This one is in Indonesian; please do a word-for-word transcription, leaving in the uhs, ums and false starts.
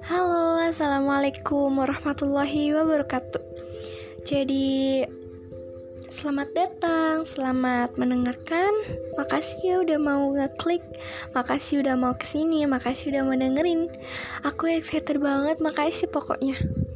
Halo, assalamualaikum warahmatullahi wabarakatuh. Jadi, selamat datang, selamat mendengarkan. Makasih ya udah mau ngeklik, makasih udah mau kesini, makasih udah mau dengerin. Aku excited banget, makasih pokoknya.